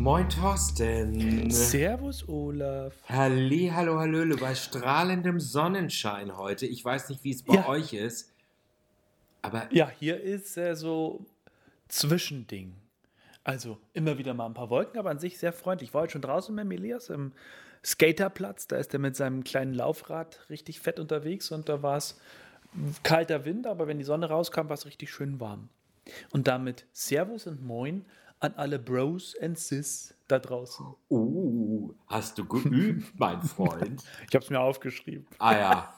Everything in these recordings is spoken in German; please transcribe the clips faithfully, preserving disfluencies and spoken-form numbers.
Moin Thorsten. Servus Olaf. Halli, hallo, hallöle, bei strahlendem Sonnenschein heute. Ich weiß nicht, wie es bei Ja, euch ist, aber ja, hier ist äh, so Zwischending. Also immer wieder mal ein paar Wolken, aber an sich sehr freundlich. Ich war heute schon draußen mit dem Elias im Skaterplatz. Da ist er mit seinem kleinen Laufrad richtig fett unterwegs und da war es kalter Wind, aber wenn die Sonne rauskam, war es richtig schön warm. Und damit Servus und Moin an alle Bros and Sis da draußen. uh, hast du geübt, mein Freund? Ich habe es mir aufgeschrieben. Ah ja,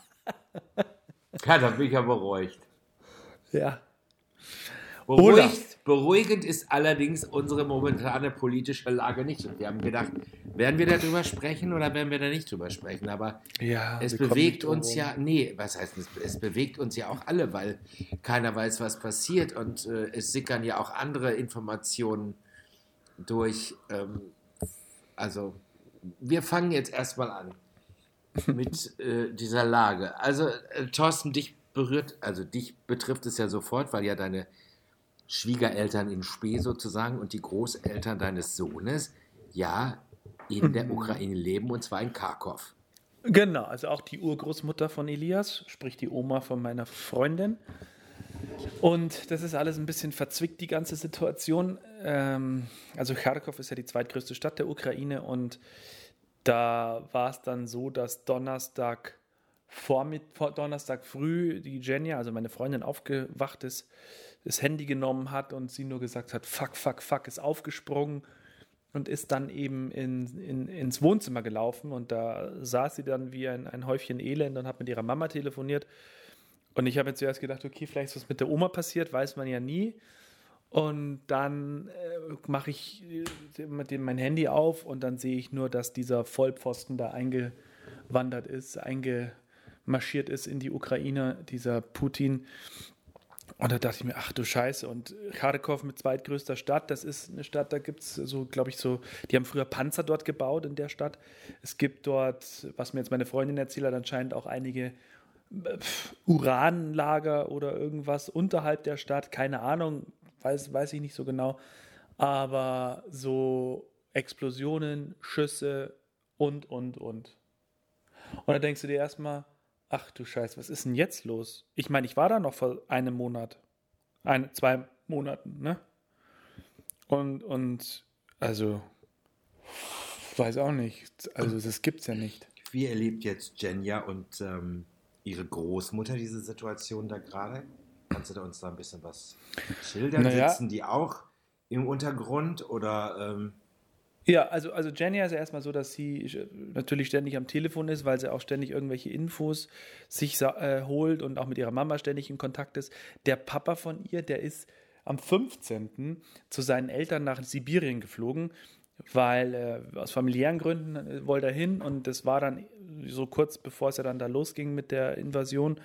ja, da bin ich ja beruhigt. Ja. Olaf. Beruhigt, beruhigend ist allerdings unsere momentane politische Lage nicht. Und wir haben gedacht, werden wir darüber sprechen oder werden wir da nicht drüber sprechen? Aber Ja, es wir kommen bewegt nicht drum uns rum. ja, nee, was heißt es? Es bewegt uns ja auch alle, weil keiner weiß, was passiert. Und äh, es sickern ja auch andere Informationen durch. Ähm, also, wir fangen jetzt erstmal an mit äh, dieser Lage. Also, äh, Thorsten, dich berührt, also dich betrifft es ja sofort, weil ja deine Schwiegereltern in Spee sozusagen und die Großeltern deines Sohnes ja in der Ukraine leben und zwar in Kharkov. Genau, also auch die Urgroßmutter von Elias, sprich die Oma von meiner Freundin. Und das ist alles ein bisschen verzwickt, die ganze Situation. Ähm, also Kharkov ist ja die zweitgrößte Stadt der Ukraine und da war es dann so, dass Donnerstag Vormitt vor Donnerstag früh die Jenja, also meine Freundin, aufgewacht ist, das Handy genommen hat und sie nur gesagt hat, fuck, fuck, fuck, ist aufgesprungen und ist dann eben in, in, ins Wohnzimmer gelaufen und da saß sie dann wie ein, ein Häufchen Elend und hat mit ihrer Mama telefoniert. Und ich habe mir zuerst gedacht, okay, vielleicht ist was mit der Oma passiert, weiß man ja nie. Und dann äh, mache ich äh, mit dem mein Handy auf und dann sehe ich nur, dass dieser Vollpfosten da eingewandert ist, eingemarschiert ist in die Ukraine, dieser Putin. Und da dachte ich mir, ach du Scheiße. Und Kharkov mit zweitgrößter Stadt, das ist eine Stadt, da gibt es so, glaube ich, so, die haben früher Panzer dort gebaut in der Stadt. Es gibt dort, was mir jetzt meine Freundin erzählt hat, anscheinend auch einige äh, Uranlager oder irgendwas unterhalb der Stadt. Keine Ahnung, weiß, weiß ich nicht so genau. Aber so Explosionen, Schüsse und, und, und. Und dann denkst du dir erstmal, ach du Scheiße, was ist denn jetzt los? Ich meine, ich war da noch vor einem Monat, ein, zwei Monaten, ne? Und, und, also, weiß auch nicht. Also, das gibt's ja nicht. Wie erlebt jetzt Jenja und ähm, ihre Großmutter diese Situation da gerade? Kannst du da uns da ein bisschen was schildern? Naja, Sitzen die auch im Untergrund oder ähm, ja, also, also Jenny ist ja erstmal so, dass sie sch- natürlich ständig am Telefon ist, weil sie auch ständig irgendwelche Infos sich sa- äh, holt und auch mit ihrer Mama ständig in Kontakt ist. Der Papa von ihr, der ist am fünfzehnten zu seinen Eltern nach Sibirien geflogen, weil äh, aus familiären Gründen äh, wollte er hin und das war dann so kurz bevor es ja dann da losging mit der Invasion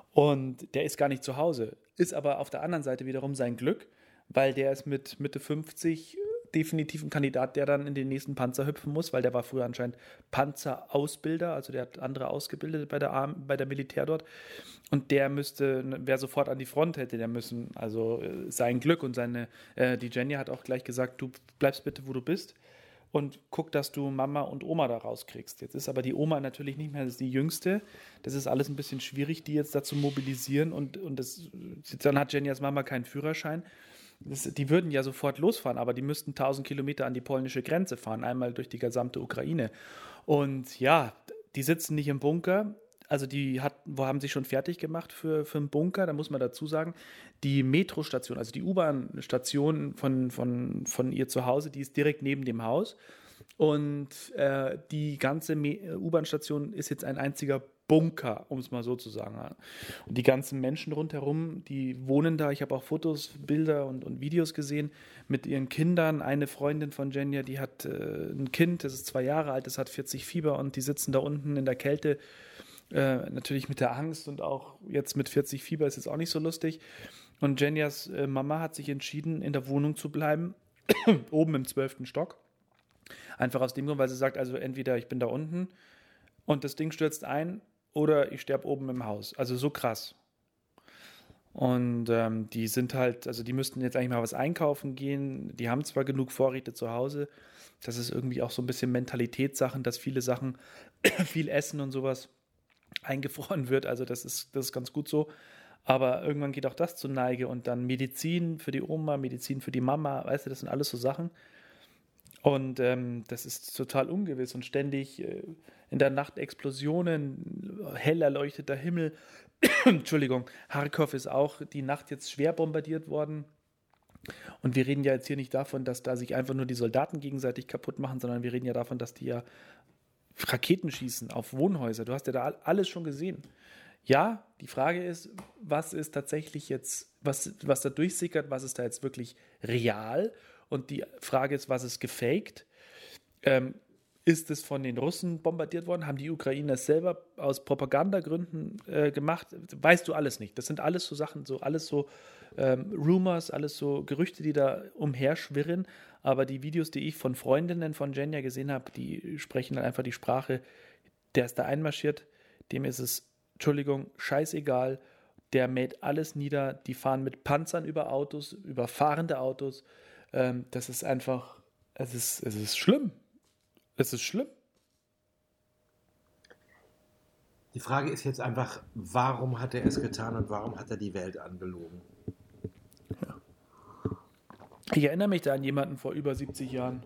und der ist gar nicht zu Hause. Ist aber auf der anderen Seite wiederum sein Glück, weil der ist mit Mitte fünfzig definitiv ein Kandidat, der dann in den nächsten Panzer hüpfen muss, weil der war früher anscheinend Panzerausbilder, also der hat andere ausgebildet bei der Arm, bei der Militär dort und der müsste, wer sofort an die Front hätte, der müssen, also äh, sein Glück und seine, äh, die Jenny hat auch gleich gesagt, du bleibst bitte, wo du bist und guck, dass du Mama und Oma da rauskriegst. Jetzt ist aber die Oma natürlich nicht mehr die Jüngste, das ist alles ein bisschen schwierig, die jetzt dazu mobilisieren und, und das, dann hat Jenny's Mama keinen Führerschein. Das, die würden ja sofort losfahren, aber die müssten tausend Kilometer an die polnische Grenze fahren, einmal durch die gesamte Ukraine. Und ja, die sitzen nicht im Bunker. Also die hat, wo haben sich schon fertig gemacht für, für einen Bunker, da muss man dazu sagen, die Metrostation, also die U-Bahn-Station von, von, von ihr zu Hause, die ist direkt neben dem Haus. Und äh, die ganze Me- U-Bahn-Station ist jetzt ein einziger Bunker, um es mal so zu sagen. Und die ganzen Menschen rundherum, die wohnen da. Ich habe auch Fotos, Bilder und, und Videos gesehen mit ihren Kindern. Eine Freundin von Jenja, die hat äh, ein Kind, das ist zwei Jahre alt, das hat vierzig Fieber und die sitzen da unten in der Kälte. Äh, natürlich mit der Angst und auch jetzt mit vierzig Fieber ist es auch nicht so lustig. Und Jenjas äh, Mama hat sich entschieden, in der Wohnung zu bleiben, oben im zwölften Stock. Einfach aus dem Grund, weil sie sagt, also entweder ich bin da unten und das Ding stürzt ein oder ich sterbe oben im Haus. Also so krass. Und ähm, die sind halt, also die müssten jetzt eigentlich mal was einkaufen gehen. Die haben zwar genug Vorräte zu Hause, das ist irgendwie auch so ein bisschen Mentalitätssachen, dass viele Sachen, viel Essen und sowas eingefroren wird. Also das ist, das ist ganz gut so. Aber irgendwann geht auch das zur Neige und dann Medizin für die Oma, Medizin für die Mama, weißt du, das sind alles so Sachen. Und ähm, das ist total ungewiss und ständig äh, in der Nacht Explosionen, hell erleuchteter Himmel. Entschuldigung, Kharkov ist auch die Nacht jetzt schwer bombardiert worden. Und wir reden ja jetzt hier nicht davon, dass da sich einfach nur die Soldaten gegenseitig kaputt machen, sondern wir reden ja davon, dass die ja Raketen schießen auf Wohnhäuser. Du hast ja da alles schon gesehen. Ja, die Frage ist, was ist tatsächlich jetzt, was, was da durchsickert, was ist da jetzt wirklich real? Und die Frage ist, was ist gefaked? Ähm, ist es von den Russen bombardiert worden? Haben die Ukrainer es selber aus Propagandagründen äh, gemacht? Weißt du alles nicht. Das sind alles so Sachen, so alles so ähm, Rumors, alles so Gerüchte, die da umherschwirren. Aber die Videos, die ich von Freundinnen von Genya gesehen habe, die sprechen dann einfach die Sprache, der ist da einmarschiert, dem ist es, Entschuldigung, scheißegal, der mäht alles nieder, die fahren mit Panzern über Autos, über fahrende Autos. Ähm, das ist einfach, es ist, es ist schlimm. Es ist schlimm. Die Frage ist jetzt einfach, warum hat er es getan und warum hat er die Welt angelogen? Ja. Ich erinnere mich da an jemanden vor über siebzig Jahren.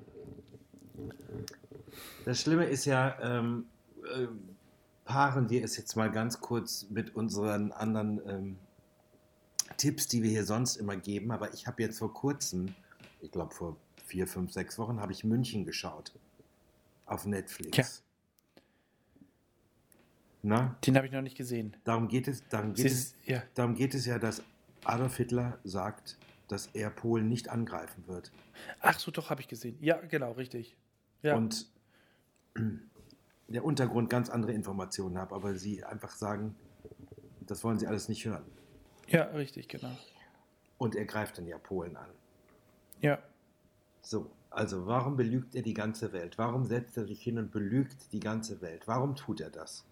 Das Schlimme ist ja, ähm, äh, paaren wir es jetzt mal ganz kurz mit unseren anderen ähm, Tipps, die wir hier sonst immer geben. Aber ich habe jetzt vor kurzem, ich glaube vor vier, fünf, sechs Wochen, habe ich München geschaut. Auf Netflix. Ja. Na? Den habe ich noch nicht gesehen. Darum geht es, darum geht ist, es, ja. darum geht es ja, dass Adolf Hitler sagt, dass er Polen nicht angreifen wird. Ach so, doch, habe ich gesehen. Ja, genau, richtig. Ja. Und der Untergrund ganz andere Informationen hat, aber sie einfach sagen, das wollen sie alles nicht hören. Ja, richtig, genau. Und er greift dann ja Polen an. Ja. So, also warum belügt er die ganze Welt? Warum setzt er sich hin und belügt die ganze Welt? Warum tut er das?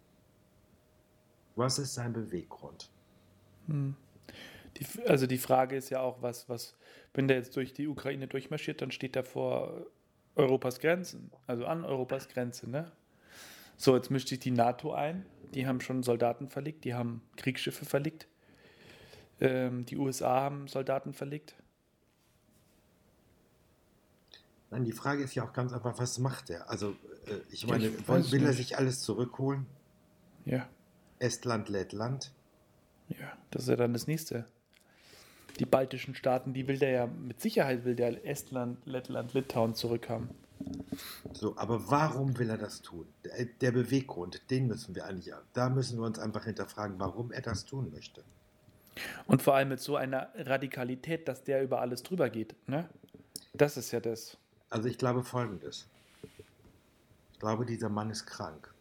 Was ist sein Beweggrund? Hm. Die, also die Frage ist ja auch, was, was, wenn der jetzt durch die Ukraine durchmarschiert, dann steht er vor Europas Grenzen, also an Europas Grenze, ne? So, jetzt mischt sich die NATO ein, die haben schon Soldaten verlegt, die haben Kriegsschiffe verlegt, ähm, die U S A haben Soldaten verlegt. Nein, die Frage ist ja auch ganz einfach, was macht er? Also, äh, ich meine, ich will, will er nicht. sich alles zurückholen? Ja. Estland, Lettland? Ja, das ist ja dann das Nächste. Die baltischen Staaten, die will der ja, mit Sicherheit will der Estland, Lettland, Litauen zurückhaben. So, aber warum will er das tun? Der, der Beweggrund, den müssen wir eigentlich, da müssen wir uns einfach hinterfragen, warum er das tun möchte. Und vor allem mit so einer Radikalität, dass der über alles drüber geht, ne? Das ist ja das. Also ich glaube Folgendes. Ich glaube, dieser Mann ist krank.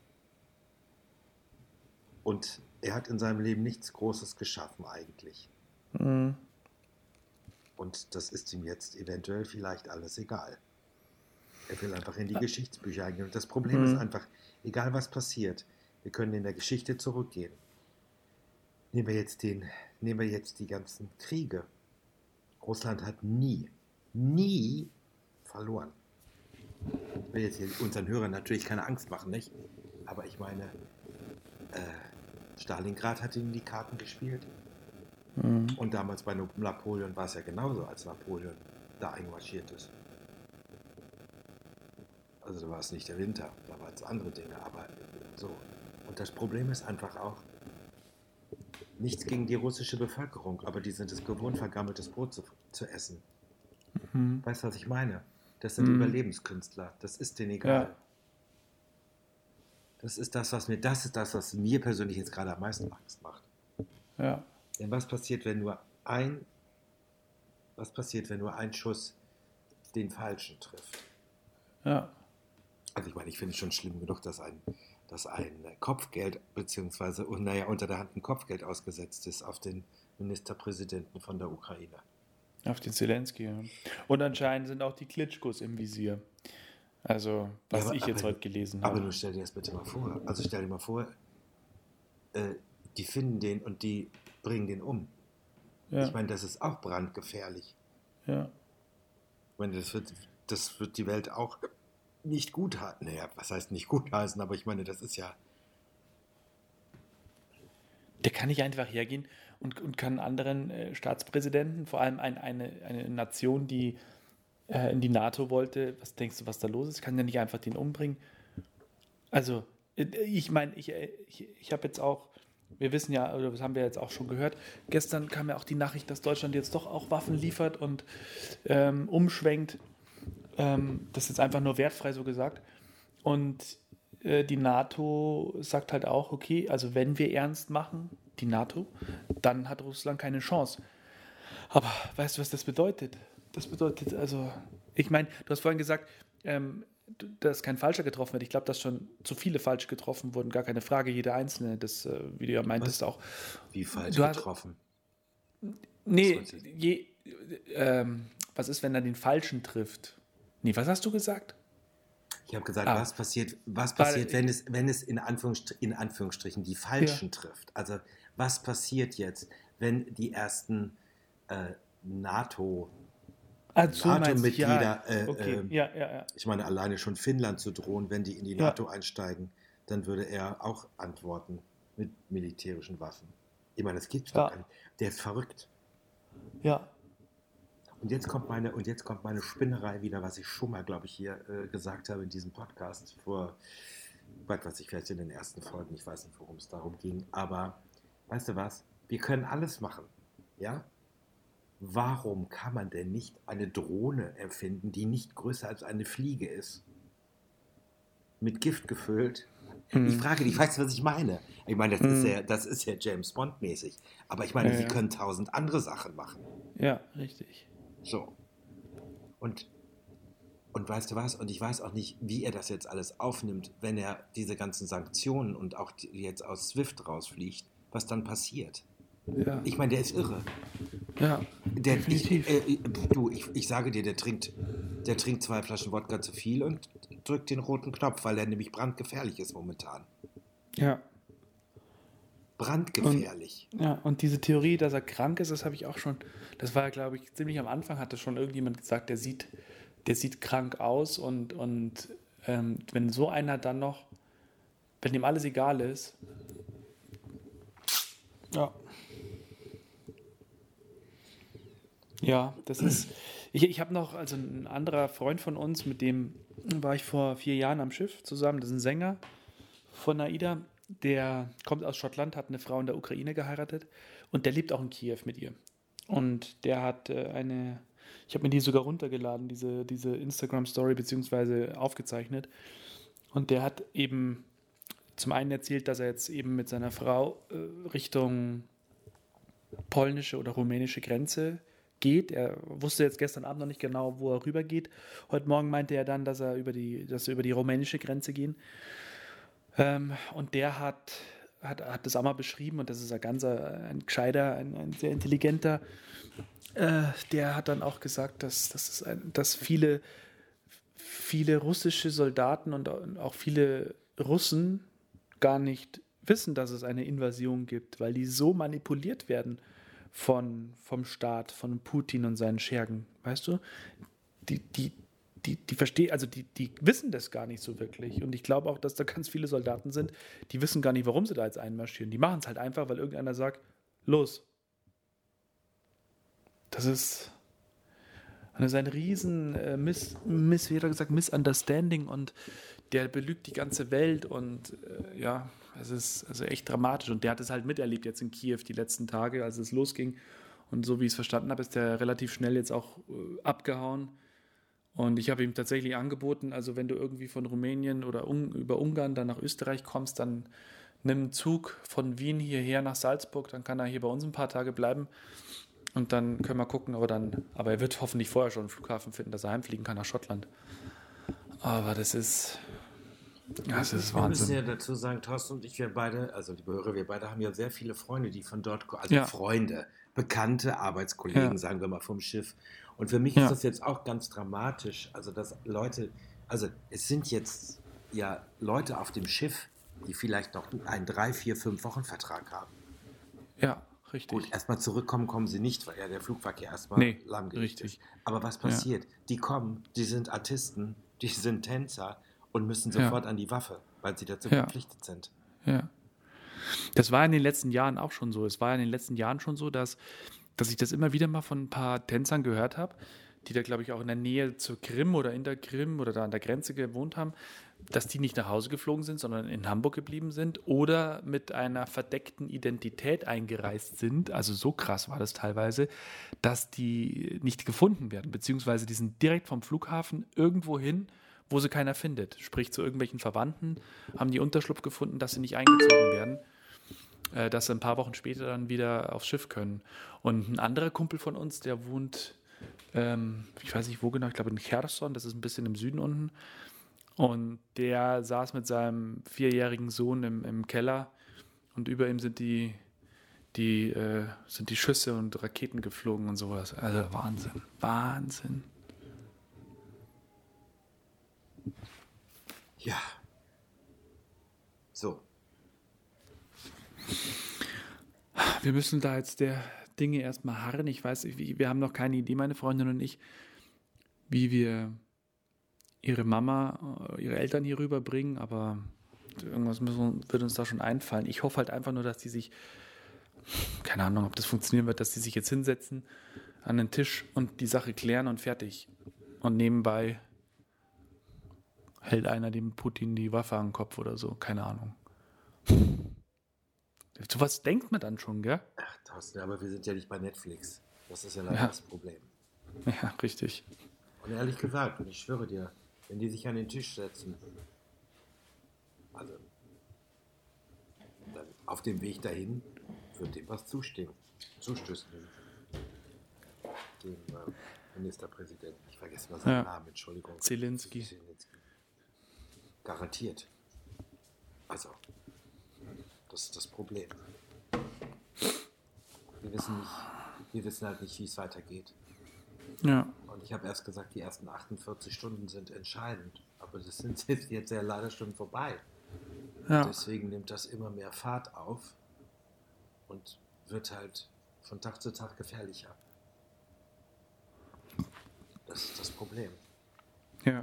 Und er hat in seinem Leben nichts Großes geschaffen eigentlich. Mhm. Und das ist ihm jetzt eventuell vielleicht alles egal. Er will einfach in die Geschichtsbücher eingehen. Und das Problem Mhm. ist einfach, egal was passiert, wir können in der Geschichte zurückgehen. Nehmen wir jetzt den, nehmen wir jetzt die ganzen Kriege. Russland hat nie, nie verloren. Ich will jetzt hier unseren Hörern natürlich keine Angst machen, nicht? Aber ich meine, äh, Stalingrad hat ihnen die Karten gespielt. Mhm. Und damals bei Napoleon war es ja genauso, als Napoleon da einmarschiert ist. Also da war es nicht der Winter, da waren es andere Dinge, aber so. Und das Problem ist einfach auch, nichts gegen die russische Bevölkerung, aber die sind es gewohnt, vergammeltes Brot zu, zu essen. Mhm. Weißt du, was ich meine? Das sind Mhm. Überlebenskünstler, das ist denen egal. Ja. Das ist das, was mir, das ist das, was mir persönlich jetzt gerade am meisten Angst macht. Ja. Denn was passiert, wenn nur ein, was passiert, wenn nur ein Schuss den Falschen trifft? Ja. Also ich meine, ich finde es schon schlimm genug, dass ein, dass ein Kopfgeld, beziehungsweise, naja, unter der Hand ein Kopfgeld ausgesetzt ist auf den Ministerpräsidenten von der Ukraine. Auf den Zelensky, ja. Und anscheinend sind auch die Klitschkos im Visier. Also, was Ja, aber, ich jetzt aber, heute gelesen aber habe. nur stell dir das bitte mal vor. Also stell dir mal vor, äh, die finden den und die bringen den um. Ja. Ich meine, das ist auch brandgefährlich. Ja. Ich meine, das wird, das wird die Welt auch nicht gut heißen. Naja, was heißt nicht gut heißen, aber ich meine, das ist ja. Der kann nicht einfach hergehen und, und kann anderen äh, Staatspräsidenten, vor allem ein, eine, eine Nation, die äh, in die NATO wollte, was denkst du, was da los ist? Kann der nicht einfach den umbringen? Also, äh, ich meine, ich, äh, ich, ich habe jetzt auch, wir wissen ja, oder das haben wir jetzt auch schon gehört, gestern kam ja auch die Nachricht, dass Deutschland jetzt doch auch Waffen liefert und ähm, umschwenkt. Ähm, das ist jetzt einfach nur wertfrei so gesagt. Und äh, die NATO sagt halt auch, okay, also wenn wir ernst machen, die NATO, dann hat Russland keine Chance. Aber weißt du, was das bedeutet? Das bedeutet, also, ich meine, du hast vorhin gesagt, ähm, dass kein Falscher getroffen wird. Ich glaube, dass schon zu viele falsch getroffen wurden, gar keine Frage, jeder Einzelne, das, äh, wie du ja meintest, Was? auch. Wie falsch Du hast, getroffen? nee, Was soll's jetzt? je, ähm, was ist, wenn er den Falschen trifft? Nee, was hast du gesagt? Ich habe gesagt, Ah, was passiert, was war, passiert, wenn es, wenn es in, Anführungsstr- in Anführungsstrichen die ja. Falschen trifft? Also was passiert jetzt, wenn die ersten äh, NATO, Ah, so meinst du, ja, NATO-Mitglieder, äh, okay, äh, ja, ja, ja, ich meine, alleine schon Finnland zu drohen, wenn die in die ja, NATO einsteigen, dann würde er auch antworten mit militärischen Waffen. Ich meine, das gibt's doch ja, gar nicht. Der ist verrückt. ja, Und jetzt kommt meine, und jetzt kommt meine Spinnerei wieder, was ich schon mal, glaube ich, hier äh, gesagt habe in diesem Podcast vor, was weiß ich, vielleicht in den ersten Folgen, ich weiß nicht, worum es darum ging, aber weißt du was? Wir können alles machen, ja? Warum kann man denn nicht eine Drohne erfinden, die nicht größer als eine Fliege ist? Mit Gift gefüllt? Ich hm, frage dich, weißt du, was ich meine? Ich meine, das ist hm, ja, das ist ja James Bond-mäßig. Aber ich ja, meine, sie ja, können tausend andere Sachen machen. ja, richtig. So. Und, und weißt du was? Und ich weiß auch nicht, wie er das jetzt alles aufnimmt, wenn er diese ganzen Sanktionen und auch die jetzt aus SWIFT rausfliegt, was dann passiert. Ja, Ich meine, der ist irre. ja, Der, ich, definitiv. äh, du, ich, ich sage dir, der trinkt, der trinkt zwei Flaschen Wodka zu viel und drückt den roten Knopf, weil er nämlich brandgefährlich ist momentan. Ja. Und, Brandgefährlich. ja, und diese Theorie, dass er krank ist, das habe ich auch schon, das war ja, glaube ich, ziemlich am Anfang, hatte schon irgendjemand gesagt, der sieht, der sieht krank aus und, und ähm, wenn so einer dann noch, wenn ihm alles egal ist, ja, ja, das ist, ich, ich habe noch, also ein anderer Freund von uns, mit dem war ich vor vier Jahren am Schiff zusammen, das ist ein Sänger von AIDA, der kommt aus Schottland, hat eine Frau in der Ukraine geheiratet und der lebt auch in Kiew mit ihr. Und der hat äh, eine, ich habe mir die sogar runtergeladen, diese, diese Instagram-Story beziehungsweise aufgezeichnet. Und der hat eben zum einen erzählt, dass er jetzt eben mit seiner Frau äh, Richtung polnische oder rumänische Grenze geht. Er wusste jetzt gestern Abend noch nicht genau, wo er rüber geht. Heute Morgen meinte er dann, dass er über die, dass sie über die rumänische Grenze gehen. Ähm, und der hat, hat, hat das auch mal beschrieben, und das ist ein ganzer, ein gescheiter, ein, ein sehr intelligenter, äh, der hat dann auch gesagt, dass, dass, es ein, dass viele, viele russische Soldaten und auch viele Russen gar nicht wissen, dass es eine Invasion gibt, weil die so manipuliert werden von, vom Staat, von Putin und seinen Schergen. Weißt du? Die, die, die, die verstehen, also die, die wissen das gar nicht so wirklich. Und ich glaube auch, dass da ganz viele Soldaten sind, die wissen gar nicht, warum sie da jetzt einmarschieren. Die machen es halt einfach, weil irgendeiner sagt, los. Das ist, das ist ein riesen äh, Miss, Miss, wie hat er gesagt, Misunderstanding, und der belügt die ganze Welt, und äh, ja, es ist also echt dramatisch. Und der hat es halt miterlebt jetzt in Kiew die letzten Tage, als es losging. Und so wie ich es verstanden habe, ist der relativ schnell jetzt auch äh, abgehauen. Und ich habe ihm tatsächlich angeboten, also wenn du irgendwie von Rumänien oder Un- über Ungarn dann nach Österreich kommst, dann nimm einen Zug von Wien hierher nach Salzburg, dann kann er hier bei uns ein paar Tage bleiben. Und dann können wir gucken, aber dann, aber er wird hoffentlich vorher schon einen Flughafen finden, dass er heimfliegen kann nach Schottland. Aber das ist, ja, das ist Wir müssen Wahnsinn. ja dazu sagen, Thorsten und ich, wir beide, also liebe Hörer, wir beide haben ja sehr viele Freunde, die von dort kommen, also Ja, Freunde, Bekannte, Arbeitskollegen, ja, sagen wir mal, vom Schiff. Und für mich ist ja, das jetzt auch ganz dramatisch, also dass Leute, also es sind jetzt ja Leute auf dem Schiff, die vielleicht noch einen drei, vier, fünf Wochen Vertrag haben. ja. richtig. Gut, erstmal zurückkommen kommen sie nicht, weil ja der Flugverkehr erstmal Nee, lahmgelegt richtig. ist. Aber was passiert? Die kommen, die sind Artisten, die sind Tänzer und müssen Ja. sofort an die Waffe, weil sie dazu Ja. verpflichtet sind. Ja. Das war in den letzten Jahren auch schon so. Es war in den letzten Jahren schon so, dass, dass ich das immer wieder mal von ein paar Tänzern gehört habe, die da, glaube ich, auch in der Nähe zur Krim oder in der Krim oder da an der Grenze gewohnt haben, dass die nicht nach Hause geflogen sind, sondern in Hamburg geblieben sind oder mit einer verdeckten Identität eingereist sind. Also so krass war das teilweise, dass die nicht gefunden werden, beziehungsweise die sind direkt vom Flughafen irgendwo hin, wo sie keiner findet. Sprich zu irgendwelchen Verwandten, haben die Unterschlupf gefunden, dass sie nicht eingezogen werden, äh, dass sie ein paar Wochen später dann wieder aufs Schiff können. Und ein anderer Kumpel von uns, der wohnt, ähm, ich weiß nicht wo genau, ich glaube in Cherson, das ist ein bisschen im Süden unten. Und der saß mit seinem vierjährigen Sohn im, im Keller und über ihm sind die, die, äh, sind die Schüsse und Raketen geflogen und sowas. Also Wahnsinn, Wahnsinn. Ja. So. Wir müssen da jetzt der Dinge erstmal harren. Ich weiß, wir haben noch keine Idee, meine Freundin und ich, wie wir ihre Mama, ihre Eltern hier rüberbringen, aber irgendwas müssen, wird uns da schon einfallen. Ich hoffe halt einfach nur, dass die sich, keine Ahnung, ob das funktionieren wird, dass die sich jetzt hinsetzen an den Tisch und die Sache klären und fertig. Und nebenbei hält einer dem Putin die Waffe an den Kopf oder so, keine Ahnung. So was denkt man dann schon, gell? Ach, Thorsten, aber wir sind ja nicht bei Netflix. Das ist ja leider Ja. das Problem. Ja, richtig. Und ehrlich gesagt, und ich schwöre dir, wenn die sich an den Tisch setzen, also dann auf dem Weg dahin wird dem was zustehen, zustößen, dem, dem äh, Ministerpräsidenten. Ich vergesse mal seinen Ja. Namen, Entschuldigung. Zelensky. Zelensky. Garantiert. Also, das ist das Problem. Wir wissen nicht, wir wissen halt nicht, wie es weitergeht. Ja. Und ich habe erst gesagt, die ersten achtundvierzig Stunden sind entscheidend. Aber das sind jetzt ja leider schon vorbei. Ja. Deswegen nimmt das immer mehr Fahrt auf und wird halt von Tag zu Tag gefährlicher. Das ist das Problem. Ja.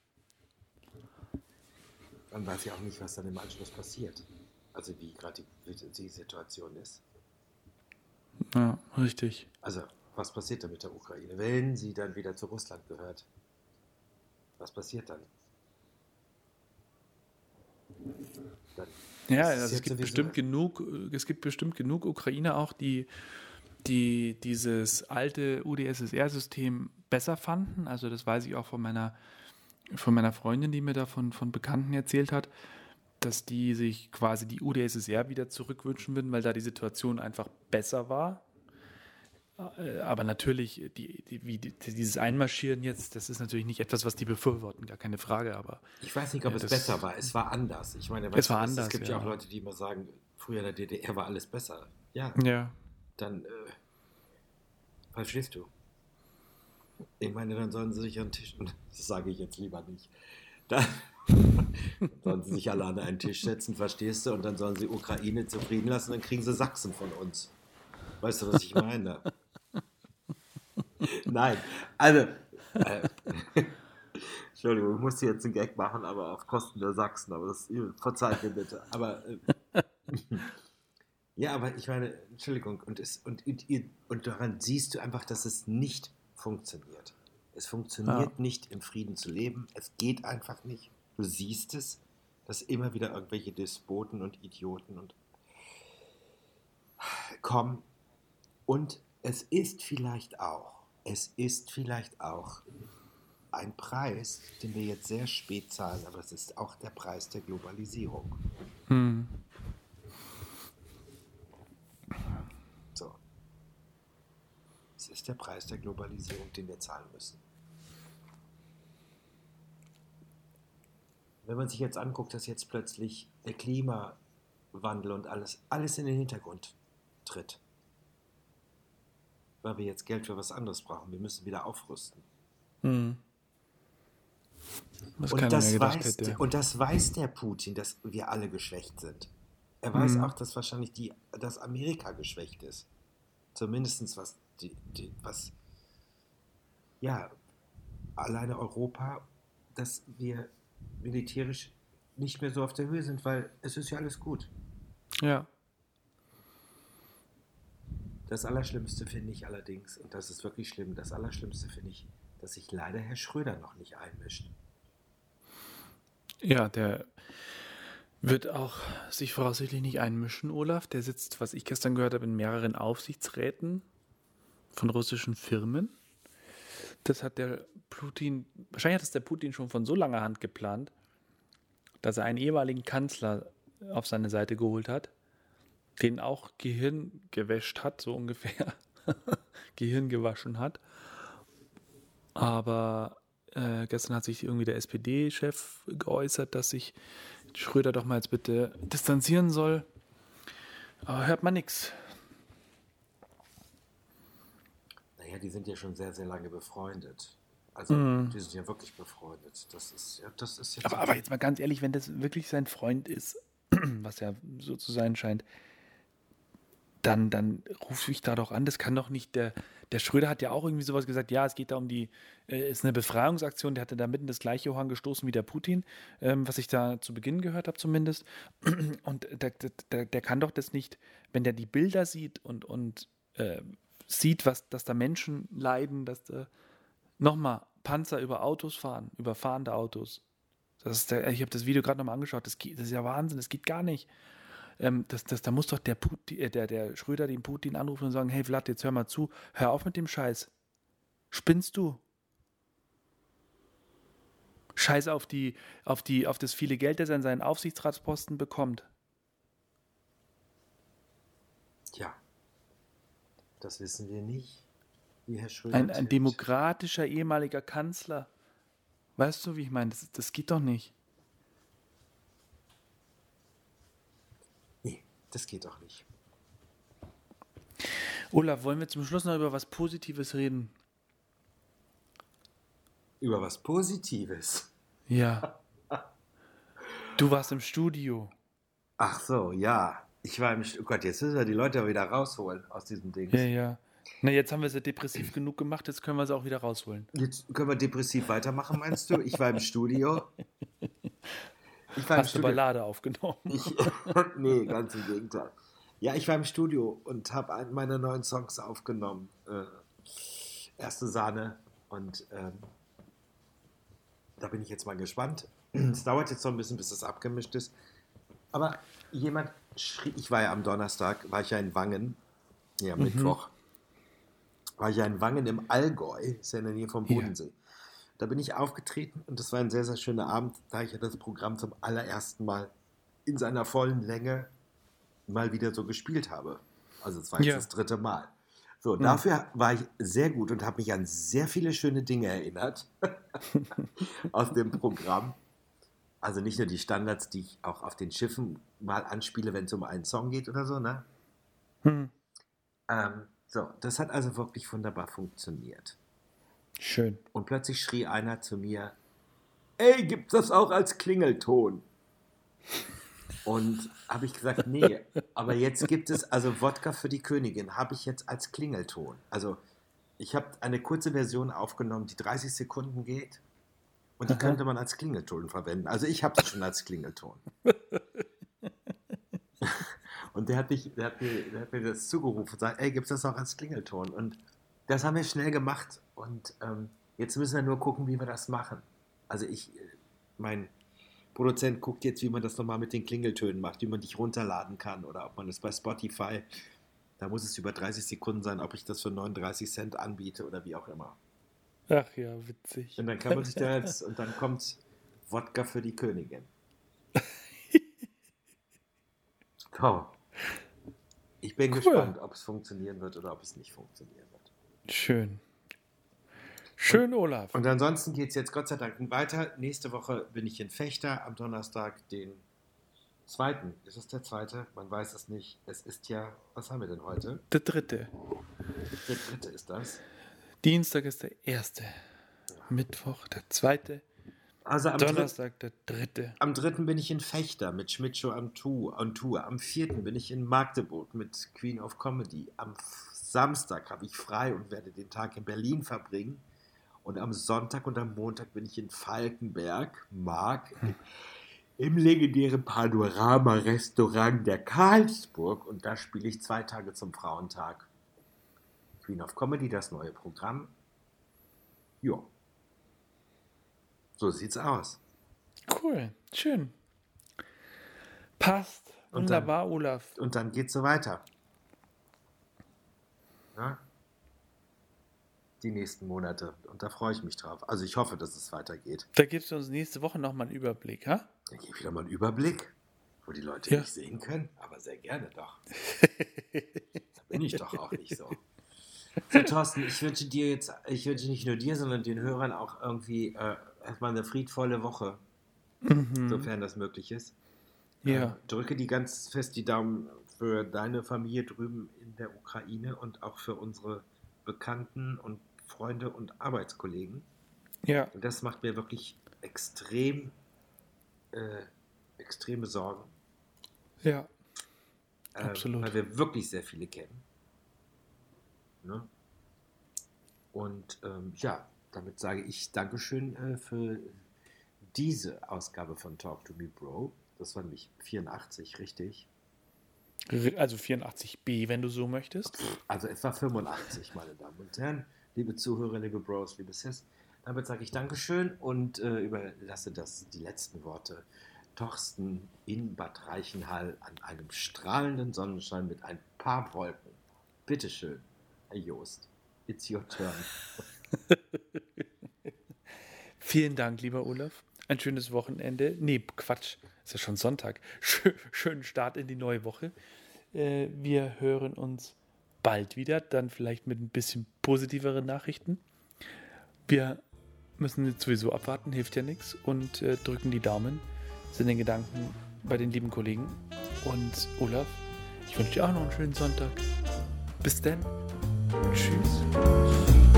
Man weiß ja auch nicht, was dann im Anschluss passiert. Also wie gerade die, die Situation ist. Ja, richtig. Also, was passiert dann mit der Ukraine, wenn sie dann wieder zu Russland gehört? Was passiert dann? dann Ja, ist also es jetzt gibt sowieso- bestimmt genug, es gibt bestimmt genug Ukrainer auch, die, die dieses alte U d S S R-System besser fanden. Also das weiß ich auch von meiner, von meiner Freundin, die mir da von, von Bekannten erzählt hat, dass die sich quasi die U d S S R wieder zurückwünschen würden, weil da die Situation einfach besser war. Äh, Aber natürlich, die, die, wie die, dieses Einmarschieren jetzt, das ist natürlich nicht etwas, was die befürworten, gar keine Frage, aber Ich weiß nicht, ob Ja, es das- besser war. Es war anders. Ich meine, Es weißt du, war es- anders, Es gibt ja. ja. auch Leute, die immer sagen, früher in der D D R war alles besser. Ja, ja, dann äh, verstehst du. Ich meine, dann sollen sie sich an den Tisch, das sage ich jetzt lieber nicht, dann sollen sie sich alle an einen Tisch setzen, verstehst du, und dann sollen sie Ukraine zufrieden lassen, dann kriegen sie Sachsen von uns. Weißt du, was ich meine? Nein, also, äh, Entschuldigung, ich musste jetzt einen Gag machen, aber auf Kosten der Sachsen, aber das verzeiht mir bitte. Aber äh, ja, aber ich meine, Entschuldigung, und, es, und, und, und daran siehst du einfach, dass es nicht funktioniert. Es funktioniert Ja. nicht, im Frieden zu leben. Es geht einfach nicht. Du siehst es, dass immer wieder irgendwelche Despoten und Idioten und kommen. Und es ist vielleicht auch, es ist vielleicht auch ein Preis, den wir jetzt sehr spät zahlen, aber es ist auch der Preis der Globalisierung. hm. So. Es ist der Preis der Globalisierung, den wir zahlen müssen. Wenn man sich jetzt anguckt, dass jetzt plötzlich der Klimawandel und alles, alles in den Hintergrund tritt, weil wir jetzt Geld für was anderes brauchen. Wir müssen wieder aufrüsten. Hm. Was Und keiner mehr das, gedacht weiß, hätte. und das weiß der Putin, dass wir alle geschwächt sind. Er weiß Mhm. auch, dass wahrscheinlich die, dass Amerika geschwächt ist. Zumindest was, die, die, was, ja, alleine Europa, dass wir militärisch nicht mehr so auf der Höhe sind, weil es ist ja alles gut. Ja. Das Allerschlimmste finde ich allerdings, und das ist wirklich schlimm, das Allerschlimmste finde ich, dass sich leider Herr Schröder noch nicht einmischt. Ja, der wird auch sich voraussichtlich nicht einmischen, Olaf. Der sitzt, was ich gestern gehört habe, in mehreren Aufsichtsräten von russischen Firmen. Das hat der Putin, wahrscheinlich hat es der Putin schon von so langer Hand geplant, dass er einen ehemaligen Kanzler auf seine Seite geholt hat, den auch Gehirn gewäscht hat, so ungefähr. Gehirn gewaschen hat. Aber äh, gestern hat sich irgendwie der S P D-Chef geäußert, dass sich Schröder doch mal jetzt bitte distanzieren soll. Aber hört man nichts. Naja, die sind ja schon sehr, sehr lange befreundet. Also, Mhm. die sind ja wirklich befreundet. Das ist ja, das ist jetzt. Aber, aber jetzt mal ganz ehrlich, wenn das wirklich sein Freund ist, was ja so zu sein scheint, dann, dann rufe ich da doch an. Das kann doch nicht der. Der Schröder hat ja auch irgendwie sowas gesagt, ja, es geht da um die, äh, ist eine Befreiungsaktion, der hatte da mitten das gleiche Horn gestoßen wie der Putin, ähm, was ich da zu Beginn gehört habe zumindest. Und der, der, der kann doch das nicht, wenn der die Bilder sieht und, und äh, sieht, was, dass da Menschen leiden, dass da nochmal Panzer über Autos fahren, über fahrende Autos. Das ist der, ich habe das Video gerade nochmal angeschaut, das, geht, das ist ja Wahnsinn, das geht gar nicht. Ähm, das, das, da muss doch der, Putin, äh, der, der Schröder den Putin anrufen und sagen, hey Vlad, jetzt hör mal zu, hör auf mit dem Scheiß. Spinnst du? Scheiß auf, die, auf, die, auf das viele Geld, das er in seinen Aufsichtsratsposten bekommt. Tja, das wissen wir nicht, wie Herr Schröder Ein, ein tickt. demokratischer ehemaliger Kanzler. Weißt du, wie ich meine? Das, das geht doch nicht. Nee, das geht doch nicht. Olaf, wollen wir zum Schluss noch über was Positives reden? Über was Positives. Ja. Du warst im Studio. Ach so, ja. Ich war im St- Oh Gott, jetzt müssen wir die Leute wieder rausholen aus diesem Ding. Ja, ja. Na, jetzt haben wir sie depressiv genug gemacht, jetzt können wir sie auch wieder rausholen. Jetzt können wir depressiv weitermachen, meinst du? Ich war im Studio. Ich war im Hast du Studio. Ballade aufgenommen? Ich, nee, ganz im Gegenteil. Ja, ich war im Studio und habe einen meiner neuen Songs aufgenommen. Äh, erste Sahne. Und ähm, da bin ich jetzt mal gespannt. Es dauert jetzt noch ein bisschen, bis es abgemischt ist. Aber jemand schrie, ich war ja am Donnerstag, war ich ja in Wangen, ja, Mhm. Mittwoch, war ich ja in Wangen im Allgäu, ist ja in der Nähe vom Ja. Bodensee. Da bin ich aufgetreten und das war ein sehr, sehr schöner Abend, da ich ja das Programm zum allerersten Mal in seiner vollen Länge mal wieder so gespielt habe. Also es war jetzt Ja. das dritte Mal. So, dafür war ich sehr gut und habe mich an sehr viele schöne Dinge erinnert aus dem Programm. Also nicht nur die Standards, die ich auch auf den Schiffen mal anspiele, wenn es um einen Song geht oder so, ne? Hm. Ähm, so, das hat also wirklich wunderbar funktioniert. Schön. Und plötzlich schrie einer zu mir, ey, gibt's das auch als Klingelton? Und habe ich gesagt, nee, aber jetzt gibt es, also Wodka für die Königin, habe ich jetzt als Klingelton. Also ich habe eine kurze Version aufgenommen, die dreißig Sekunden geht und die Aha. könnte man als Klingelton verwenden. Also ich habe es schon als Klingelton. Und der hat, mich, der, hat mir, der hat mir das zugerufen und sagt, ey, gibt es das auch als Klingelton? Und das haben wir schnell gemacht und ähm, jetzt müssen wir nur gucken, wie wir das machen. Also ich, äh, mein Produzent guckt jetzt, wie man das nochmal mit den Klingeltönen macht, wie man dich runterladen kann oder ob man das bei Spotify, da muss es über dreißig Sekunden sein, ob ich das für neununddreißig Cent anbiete oder wie auch immer. Ach ja, witzig. Und dann kann man sich da jetzt, und dann kommt Wodka für die Königin. So. Ich bin Cool. gespannt, ob es funktionieren wird oder ob es nicht funktionieren wird. Schön. Schön, Olaf. Und ansonsten geht es jetzt Gott sei Dank weiter. Nächste Woche bin ich in Fechter am Donnerstag, den zweiten. Ist es der zweite? Man weiß es nicht. Es ist ja, was haben wir denn heute? Der dritte. Der dritte ist das. Dienstag ist der erste. Mittwoch der zweite. Also am Donnerstag, der dritte. Am dritten bin ich in Fechter mit Schmidtshow am Tour, on Tour. Am vierten bin ich in Magdeburg mit Queen of Comedy. Am Samstag habe ich frei und werde den Tag in Berlin verbringen. Und am Sonntag und am Montag bin ich in Falkenberg, Mark, hm. im legendären Panorama-Restaurant der Karlsburg. Und da spiele ich zwei Tage zum Frauentag. Queen of Comedy, das neue Programm. Jo. So sieht's aus. Cool, schön. Passt. Wunderbar, und dann, Olaf. Und dann geht's so weiter. Ja? Die nächsten Monate. Und da freue ich mich drauf. Also ich hoffe, dass es weitergeht. Da gibst du uns nächste Woche nochmal einen Überblick, ha? Da gebe ich wieder mal einen Überblick, wo die Leute ja. nicht sehen können. Aber sehr gerne doch. Da bin ich doch auch nicht so. So, Thorsten, ich wünsche dir jetzt, ich wünsche nicht nur dir, sondern den Hörern auch irgendwie äh, erstmal eine friedvolle Woche, mhm. sofern das möglich ist. Ja. Äh, drücke die ganz fest die Daumen für deine Familie drüben in der Ukraine und auch für unsere Bekannten und Freunde und Arbeitskollegen. Ja. Und das macht mir wirklich extrem, äh, extreme Sorgen. Ja, äh, absolut. Weil wir wirklich sehr viele kennen. Ne? Und ähm, ja, damit sage ich Dankeschön äh, für diese Ausgabe von Talk to Me Bro. Das war nämlich vierundachtzig, richtig? Also vierundachtzig b, wenn du so möchtest. Also etwa fünfundachtzig, meine Damen und Herren, liebe Zuhörer, liebe Bros, liebe Sis. Damit sage ich Dankeschön und äh, überlasse das, die letzten Worte Thorsten in Bad Reichenhall an einem strahlenden Sonnenschein mit ein paar Wolken. Bitteschön, Herr Joost, it's your turn. Vielen Dank, lieber Olaf. Ein schönes Wochenende. Nee, Quatsch, ist ja schon Sonntag. Schö- schönen Start in die neue Woche. Äh, wir hören uns bald wieder, dann vielleicht mit ein bisschen positiveren Nachrichten. Wir müssen jetzt sowieso abwarten, hilft ja nichts. Und äh, drücken die Daumen, sind in Gedanken bei den lieben Kollegen. Und Olaf, ich wünsche dir auch noch einen schönen Sonntag. Bis dann. Tschüss.